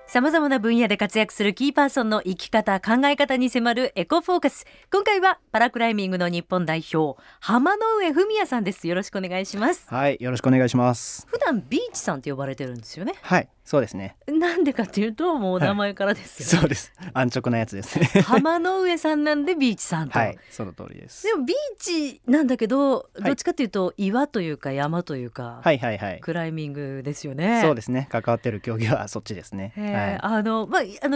さまざまな分野で活躍するキーパーソンの生き方考え方に迫るエコフォーカス。今回はパラクライミングの日本代表浜上文也さんです。よろしくお願いします。 はい、よろしくお願いします。 普段ビーチさんって呼ばれてるんですよね。 はい、そうですね。 なんでかっていうともう名前からですよね、 そうです。安直なやつですね。 浜上さんなんでビーチさんと、 はい、その通りです。 でもビーチなんだけど、どっちかっていうと岩というか山というか、 はいはいはい、 クライミングですよね。 そうですね。関わってる競技はそっちですね。はい、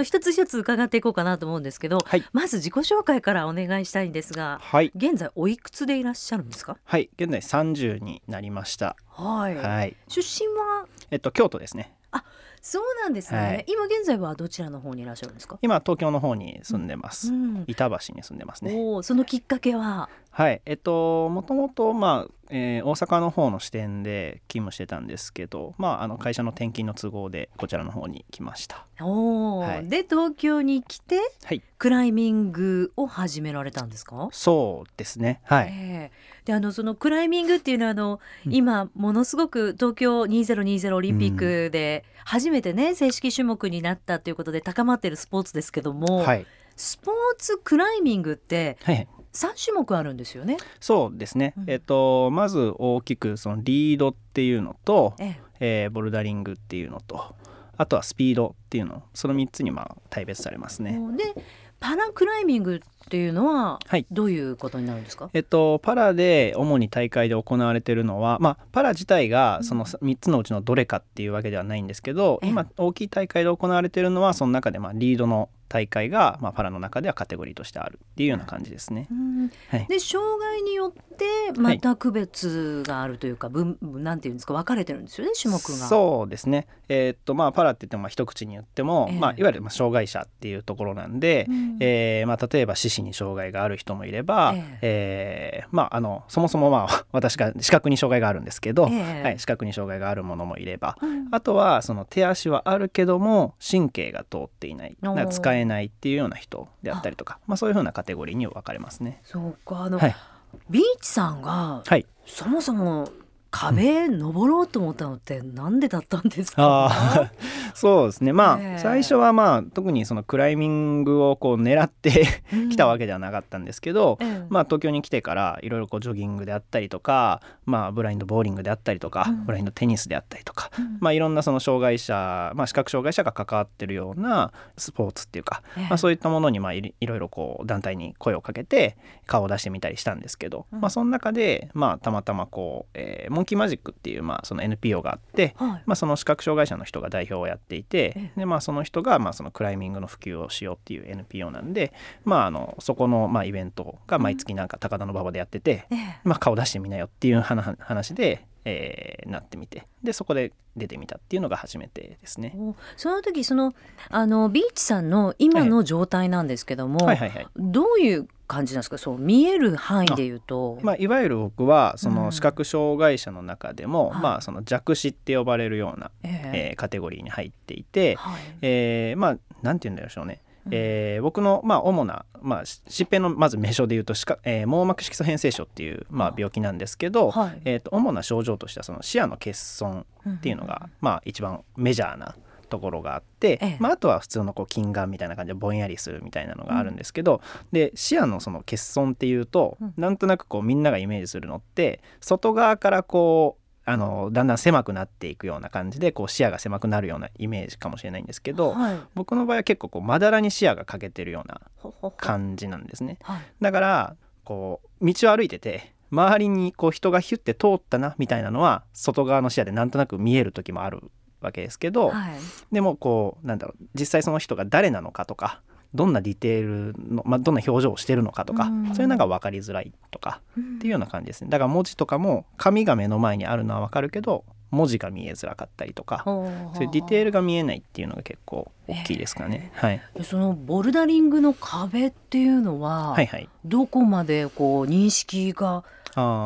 一つ一つ伺っていこうかなと思うんですけど、 はい、 まず自己紹介からお願いしたいんですが、 はい、 現在おいくつでいらっしゃるんですか？ はい、現在30になりました。 はい、 はい、 出身は京都ですね。 あ、そうなんですね、 はい、 今現在はどちらの方にいらっしゃるんですか？ 今東京の方に住んでます、板橋に住んでますね。 そのきっかけは？ はい、もともと大阪の方の支店で勤務してたんですけど、会社の転勤の都合でこちらの方に来ました。はい、 で東京に来て、 はい、 クライミングを始められたんですか？ そうですね。はい、 でそのクライミングっていうのは今ものすごく東京2020オリンピックで初めてね、正式種目になったということで高まっているスポーツですけども、 はい、 スポーツクライミングって、 はい 3種目あるんですよね。 そうですね、まず大きくそのリードっていうのと、ボルダリングっていうのと、あとはスピードっていうの、その3つに大別されますね。 でパラクライミングっていうのははい、 どういうことになるんですか？ パラで主に大会で行われているのは、パラ自体がその3つのうちのどれかっていうわけではないんですけど、今大きい大会で行われているのはその中でリードの大会が、パラの中ではカテゴリーとしてあるっていうような感じですね。はい、 で障害によってまた区別があるというか、なんていうんですか、分かれてるんですよね、種目が。 そうですね。パラって言っても一口に言っても、いわゆる障害者っていうところなんで、例えば四肢に障害がある人もいれば、そもそも私が視覚に障害があるんですけど、視覚に障害があるものもいれば、あとはその手足はあるけども神経が通っていない、使えないっていうような人であったりとか、そういうふうなカテゴリーに分かれますね。 そうか、ビーチさんが、そもそも壁登ろうと思ったのってなんでだったんですか？ そうですね、最初は特にそのクライミングをこう狙ってきたわけではなかったんですけど、東京に来てからいろいろジョギングであったりとか、ブラインドボーリングであったりとか、ブラインドテニスであったりとか、いろんなその障害者、視覚障害者が関わってるようなスポーツっていうか、そういったものにいろいろこう団体に声をかけて顔を出してみたりしたんですけど、その中でたまたまモンキーマジックっていうその NPO があって、その視覚障害者の人が代表をやっていて、でその人がそのクライミングの普及をしようっていう NPO なんで、そこのイベントが毎月なんか高田馬場でやってて、顔出してみなよっていう話で、なってみて、でそこで出てみたっていうのが初めてですね。 その時ビーチさんの今の状態なんですけども、どういう感じなんですか？そう見える範囲でいうと、 いわゆる僕はその視覚障害者の中でも、その弱視って呼ばれるような、カテゴリーに入っていて、なんて言うんでしょうね、僕の主な、疾病のまず名称でいうと網膜色素変性症っていう病気なんですけど、主な症状としてはその視野の欠損っていうのが、一番メジャーなところがあって、あとは普通の近眼みたいな感じでぼんやりするみたいなのがあるんですけど、で視野のその欠損っていうと、なんとなくみんながイメージするのって外側からだんだん狭くなっていくような感じで視野が狭くなるようなイメージかもしれないんですけど、僕の場合は結構まだらに視野が欠けてるような感じなんですね。だから道を歩いてて周りに人がヒュッて通ったなみたいなのは外側の視野でなんとなく見える時もあるわけですけど、でも実際その人が誰なのかとか、どんなディテールの、どんな表情をしてるのかとか、そういうのが分かりづらいとかっていうような感じですね。だから文字とかも紙が目の前にあるのは分かるけど文字が見えづらかったりとか、そういうディテールが見えないっていうのが結構大きいですかね。 そのボルダリングの壁っていうのは、どこまで認識が、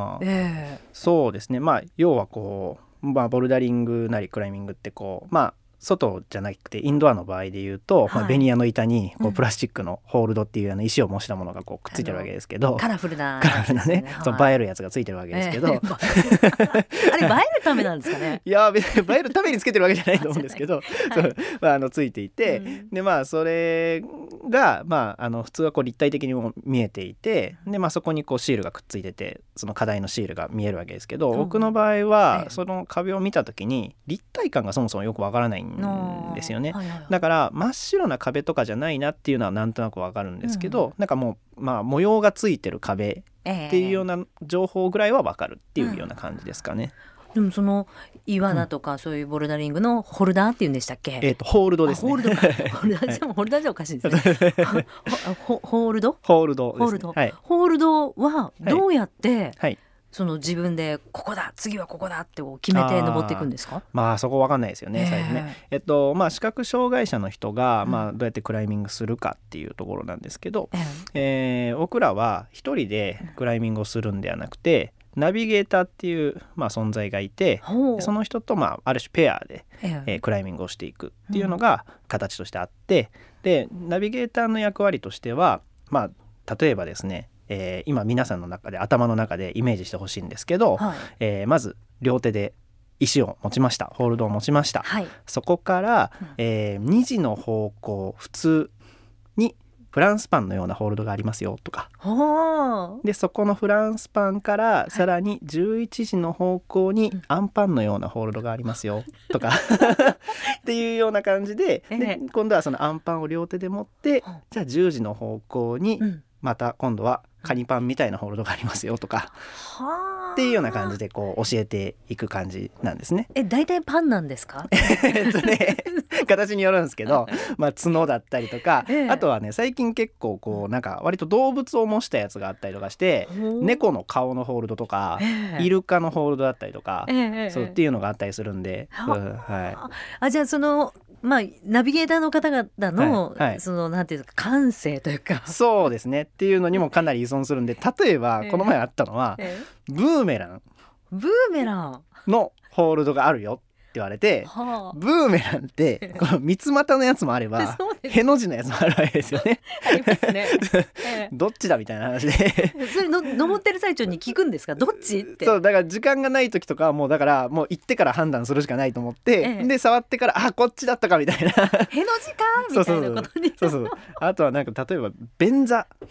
そうですね、要はボルダリングなりクライミングって外じゃなくてインドアの場合で言うと、ベニヤの板にこうプラスチックのホールドっていう石を模したものがこうくっついてるわけですけど、 カラフルなね、その映えるやつがついてるわけですけど、あれ映えるためなんですかね。 いや映えるためにつけてるわけじゃないと思うんですけどついていて、でそれが普通はこう立体的にも見えていて、でそこにこうシールがくっついてて、その課題のシールが見えるわけですけど、僕の場合はその壁を見た時に立体感がそもそもよくわからないんですよね。だから真っ白な壁とかじゃないなっていうのはなんとなくわかるんですけど、なんかもう模様がついてる壁っていうような情報ぐらいはわかるっていうような感じですかね。 でもその岩だとかそういうボルダリングのホルダーっていうんでしたっけ？ ホールドですね。 ホールドホルダーじゃおかしいですね。ホールドはどうやって、その自分でここだ次はここだって決めて登っていくんですか？ そこ分かんないですよね、最初ね。視覚障害者の人がどうやってクライミングするかっていうところなんですけど、僕らは一人でクライミングをするんではなくて、ナビゲーターっていう、存在がいて、その人と、ある種ペアで、クライミングをしていくっていうのが形としてあって、でナビゲーターの役割としては、例えばですね、今皆さんの中で頭の中でイメージしてほしいんですけど、まず両手で石を持ちました、ホールドを持ちました、そこから、2時の方向普通にフランスパンのようなホールドがありますよとか、でそこのフランスパンからさらに11時の方向にアンパンのようなホールドがありますよとかっていうような感じで、今度はそのアンパンを両手で持って、じゃあ10時の方向にまた今度はカニパンみたいなホールドがありますよとかっていうような感じでこう教えていく感じなんですね。 大体パンなんですか？ 形によるんですけど、角だったりとか、あとはね最近結構こうなんか割と動物を模したやつがあったりとかして、猫の顔のホールドとか、イルカのホールドだったりとか、そうっていうのがあったりするんで、 じゃあそのナビゲーターの方々の、そのなんていうか感性というか、 そうですねっていうのにもかなり依存するんで、例えばこの前あったのは、ブーメランのホールドがあるよって言われて、ブーメランってこの三つ股のやつもあればへの字のやつもあるわけですよね。 ありますね。 どっちだみたいな話でそれ登ってる最中に聞くんですか？どっちって。 そうだから時間がない時とかはもうだからもう行ってから判断するしかないと思って、で触ってからこっちだったかみたいな、への字かみたいなことに。 あとはなんか例えば便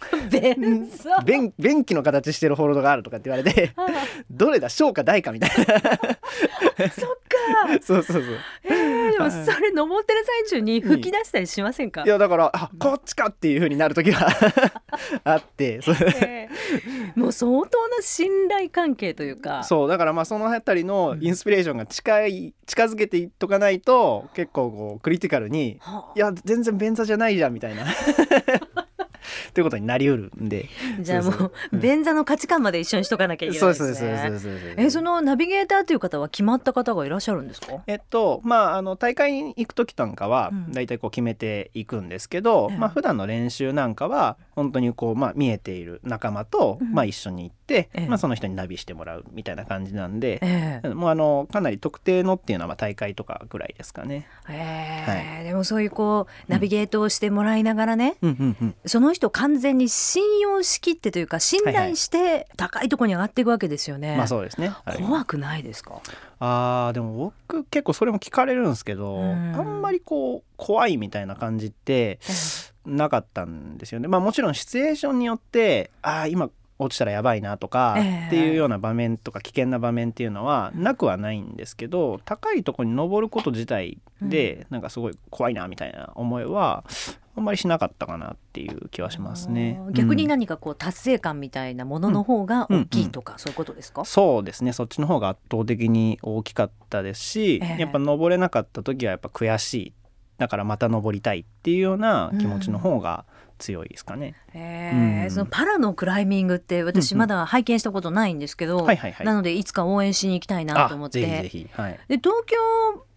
器の形してるホールドがあるとかって言われてどれだ小か大かみたいなそっかそうでもそれ登ってる最中に吹き出したりしませんか？ いやだからこっちかっていう風になる時はあってもう相当な信頼関係というか、 そうだからそのあたりのインスピレーションが近づけていっとかないと結構こうクリティカルにいや全然便座じゃないじゃんみたいなということになりうるんで、 じゃあもう便座の価値観まで一緒にしとかなきゃいけないですね。そのナビゲーターという方は決まった方がいらっしゃるんですか？ 大会に行く時なんかはだいたいこう決めていくんですけど、普段の練習なんかは本当にこう見えている仲間と一緒に行って、その人にナビしてもらうみたいな感じなんで、もうかなり特定のっていうのは大会とかぐらいですかね。 でもそういうこうナビゲートをしてもらいながらね、その人完全に信用しきってというか信頼して高いところに上がっていくわけですよね。 そうですね。 怖くないですか？ でも僕結構それも聞かれるんですけど、あんまりこう怖いみたいな感じってなかったんですよね。もちろんシチュエーションによって今落ちたらやばいなとかっていうような場面とか危険な場面っていうのはなくはないんですけど、高いところに登ること自体でなんかすごい怖いなみたいな思いはあんまりしなかったかなっていう気はしますね。 逆に何かこう達成感みたいなものの方が大きいとか、そういうことですか？ そうですね、そっちの方が圧倒的に大きかったですし、やっぱ登れなかった時はやっぱ悔しい、だからまた登りたいっていうような気持ちの方が強いですかね。 そのパラのクライミングって私まだ拝見したことないんですけど、なのでいつか応援しに行きたいなと思って、 ぜひぜひ、 で東京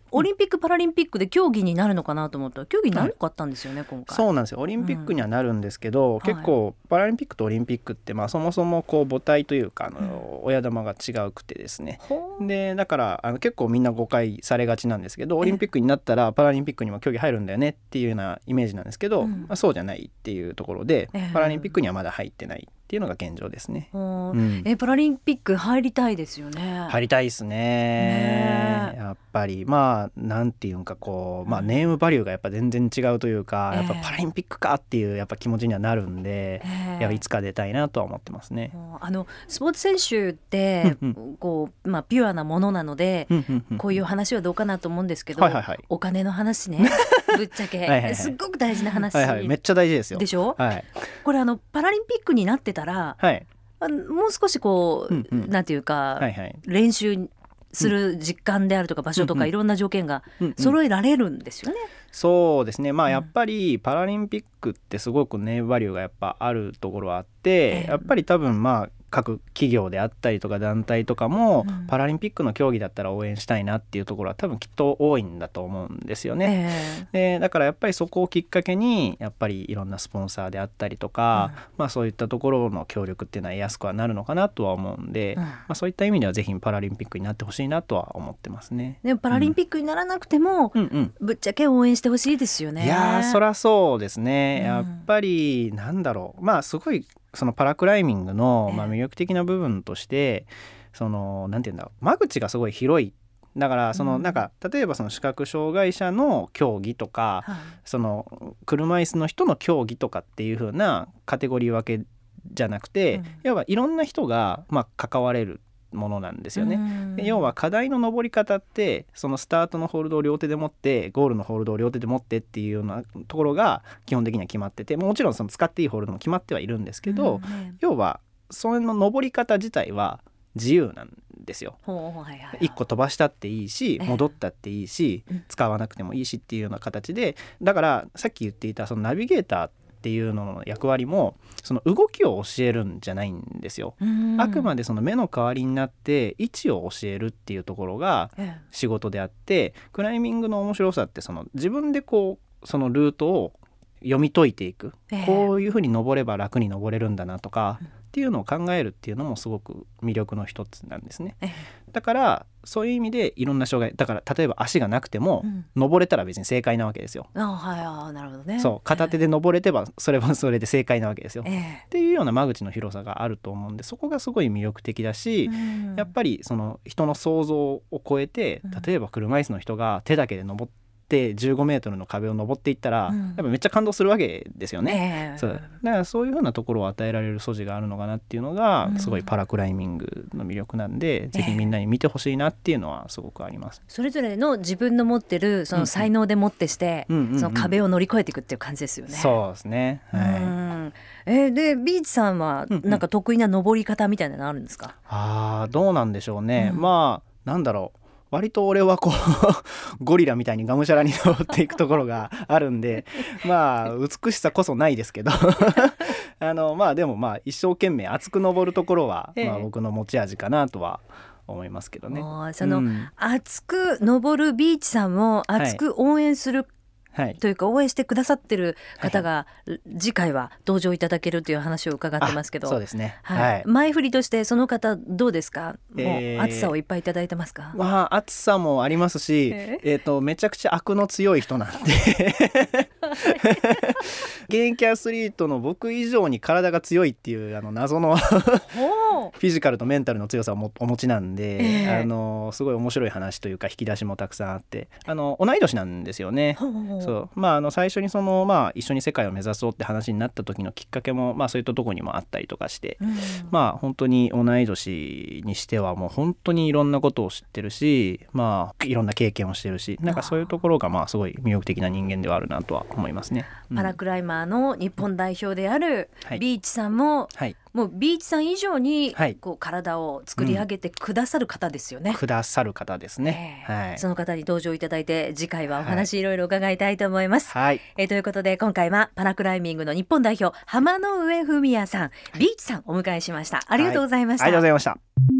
オリンピック・パラリンピックで競技になるのかなと思ったら競技にならなかったんですよね、今回。 そうなんですよ。オリンピックにはなるんですけど、結構パラリンピックとオリンピックって、そもそもこう母体というか親玉が違うくてですね、でだから結構みんな誤解されがちなんですけど、オリンピックになったらパラリンピックにも競技入るんだよねっていうようなイメージなんですけど、そうじゃないっていうところで、パラリンピックにはまだ入ってないっていうのが現状ですね。 パラリンピック入りたいですよね。 入りたいですね。やっぱりなんていうんかこう、ネームバリューがやっぱ全然違うというか、やっぱパラリンピックかっていうやっぱ気持ちにはなるんで、いつか出たいなとは思ってますね。 スポーツ選手ってこう、ピュアなものなので、こういう話はどうかなと思うんですけど、お金の話ねぶっちゃけすっごく大事な話、 めっちゃ大事ですよ。 でしょ、これパラリンピックになってたら、もう少しこう、なんていうか、練習する実感であるとか場所とかいろんな条件が揃えられるんですよね。 そうですね。やっぱりパラリンピックってすごくネームバリューがやっぱあるところはあって、やっぱり多分各企業であったりとか団体とかも、パラリンピックの競技だったら応援したいなっていうところは多分きっと多いんだと思うんですよね。でだからやっぱりそこをきっかけにやっぱりいろんなスポンサーであったりとか、そういったところの協力っていうのは得やすくはなるのかなとは思うんで、そういった意味ではぜひパラリンピックになってほしいなとは思ってますね。 でもパラリンピックにならなくても、ぶっちゃけ応援してほしいですよね。 いやそりゃそうですね。やっぱりなんだろう、すごいそのパラクライミングの魅力的な部分として、なんていうんだろう、間口がすごい広い。だからなんか例えば視覚障害者の競技とか、車椅子の人の競技とかっていう風なカテゴリー分けじゃなくて、要はいろんな人が関われるものなんですよね。要は課題の登り方ってスタートのホールドを両手で持ってゴールのホールドを両手で持ってっていうようなところが基本的には決まってて、もちろん使っていいホールドも決まってはいるんですけど、要はその登り方自体は自由なんですよ。1個飛ばしたっていいし、戻ったっていいし、使わなくてもいいしっていうような形で、だからさっき言っていたナビゲーターっていうのの役割も動きを教えるんじゃないんですよ。あくまで目の代わりになって位置を教えるっていうところが仕事であって、クライミングの面白さって自分でこうそのルートを読み解いていく、こういうふうに登れば楽に登れるんだなとかっていうのを考えるっていうのもすごく魅力の一つなんですね。だからそういう意味でいろんな障害だから、例えば足がなくても登れたら別に正解なわけですよ。 なるほどね。 そう片手で登れてばそれはそれで正解なわけですよ。っていうような間口の広さがあると思うんで、そこがすごい魅力的だし、やっぱり人の想像を超えて、例えば車椅子の人が手だけで登って15メートルの壁を登っていったら、やっぱめっちゃ感動するわけですよね。だからそういうふうなところを与えられる素地があるのかなっていうのがすごいパラクライミングの魅力なんで、ぜひみんなに見てほしいなっていうのはすごくあります。 それぞれの自分の持ってる才能でもってして、その壁を乗り越えていくっていう感じですよね。 そうですね。 でビーチさんはなんか得意な登り方みたいなのあるんですか？ どうなんでしょうね。なんだろう、割と俺はこうゴリラみたいにがむしゃらに登っていくところがあるんで、美しさこそないですけどでも一生懸命厚く登るところは、僕の持ち味かなとは思いますけどね。 厚く登るビーチさんを厚く応援する、というか応援してくださってる方が、次回は登場いただけるという話を伺ってますけど、 そうですね。 前振りとしてその方どうですか？もう暑さをいっぱいいただいてますか？ 暑さもありますし、めちゃくちゃ悪の強い人なんで現役アスリートの僕以上に体が強いっていう謎のフィジカルとメンタルの強さをお持ちなんで、すごい面白い話というか引き出しもたくさんあって、同い年なんですよね。最初に一緒に世界を目指そうって話になった時のきっかけも、そういったところにもあったりとかして、本当に同い年にしてはもう本当にいろんなことを知ってるし、いろんな経験をしてるし、なんかそういうところがすごい魅力的な人間ではあるなとは思いますね。 パラクライマーの日本代表であるビーチさんも、もうビーチさん以上にこう体を作り上げてくださる方ですよね。 くださる方ですね。 その方に登場いただいて、次回はお話いろいろ伺いたいと思います。ということで今回はパラクライミングの日本代表浜上文也さん、ビーチさんお迎えしました。ありがとうございました。 ありがとうございました。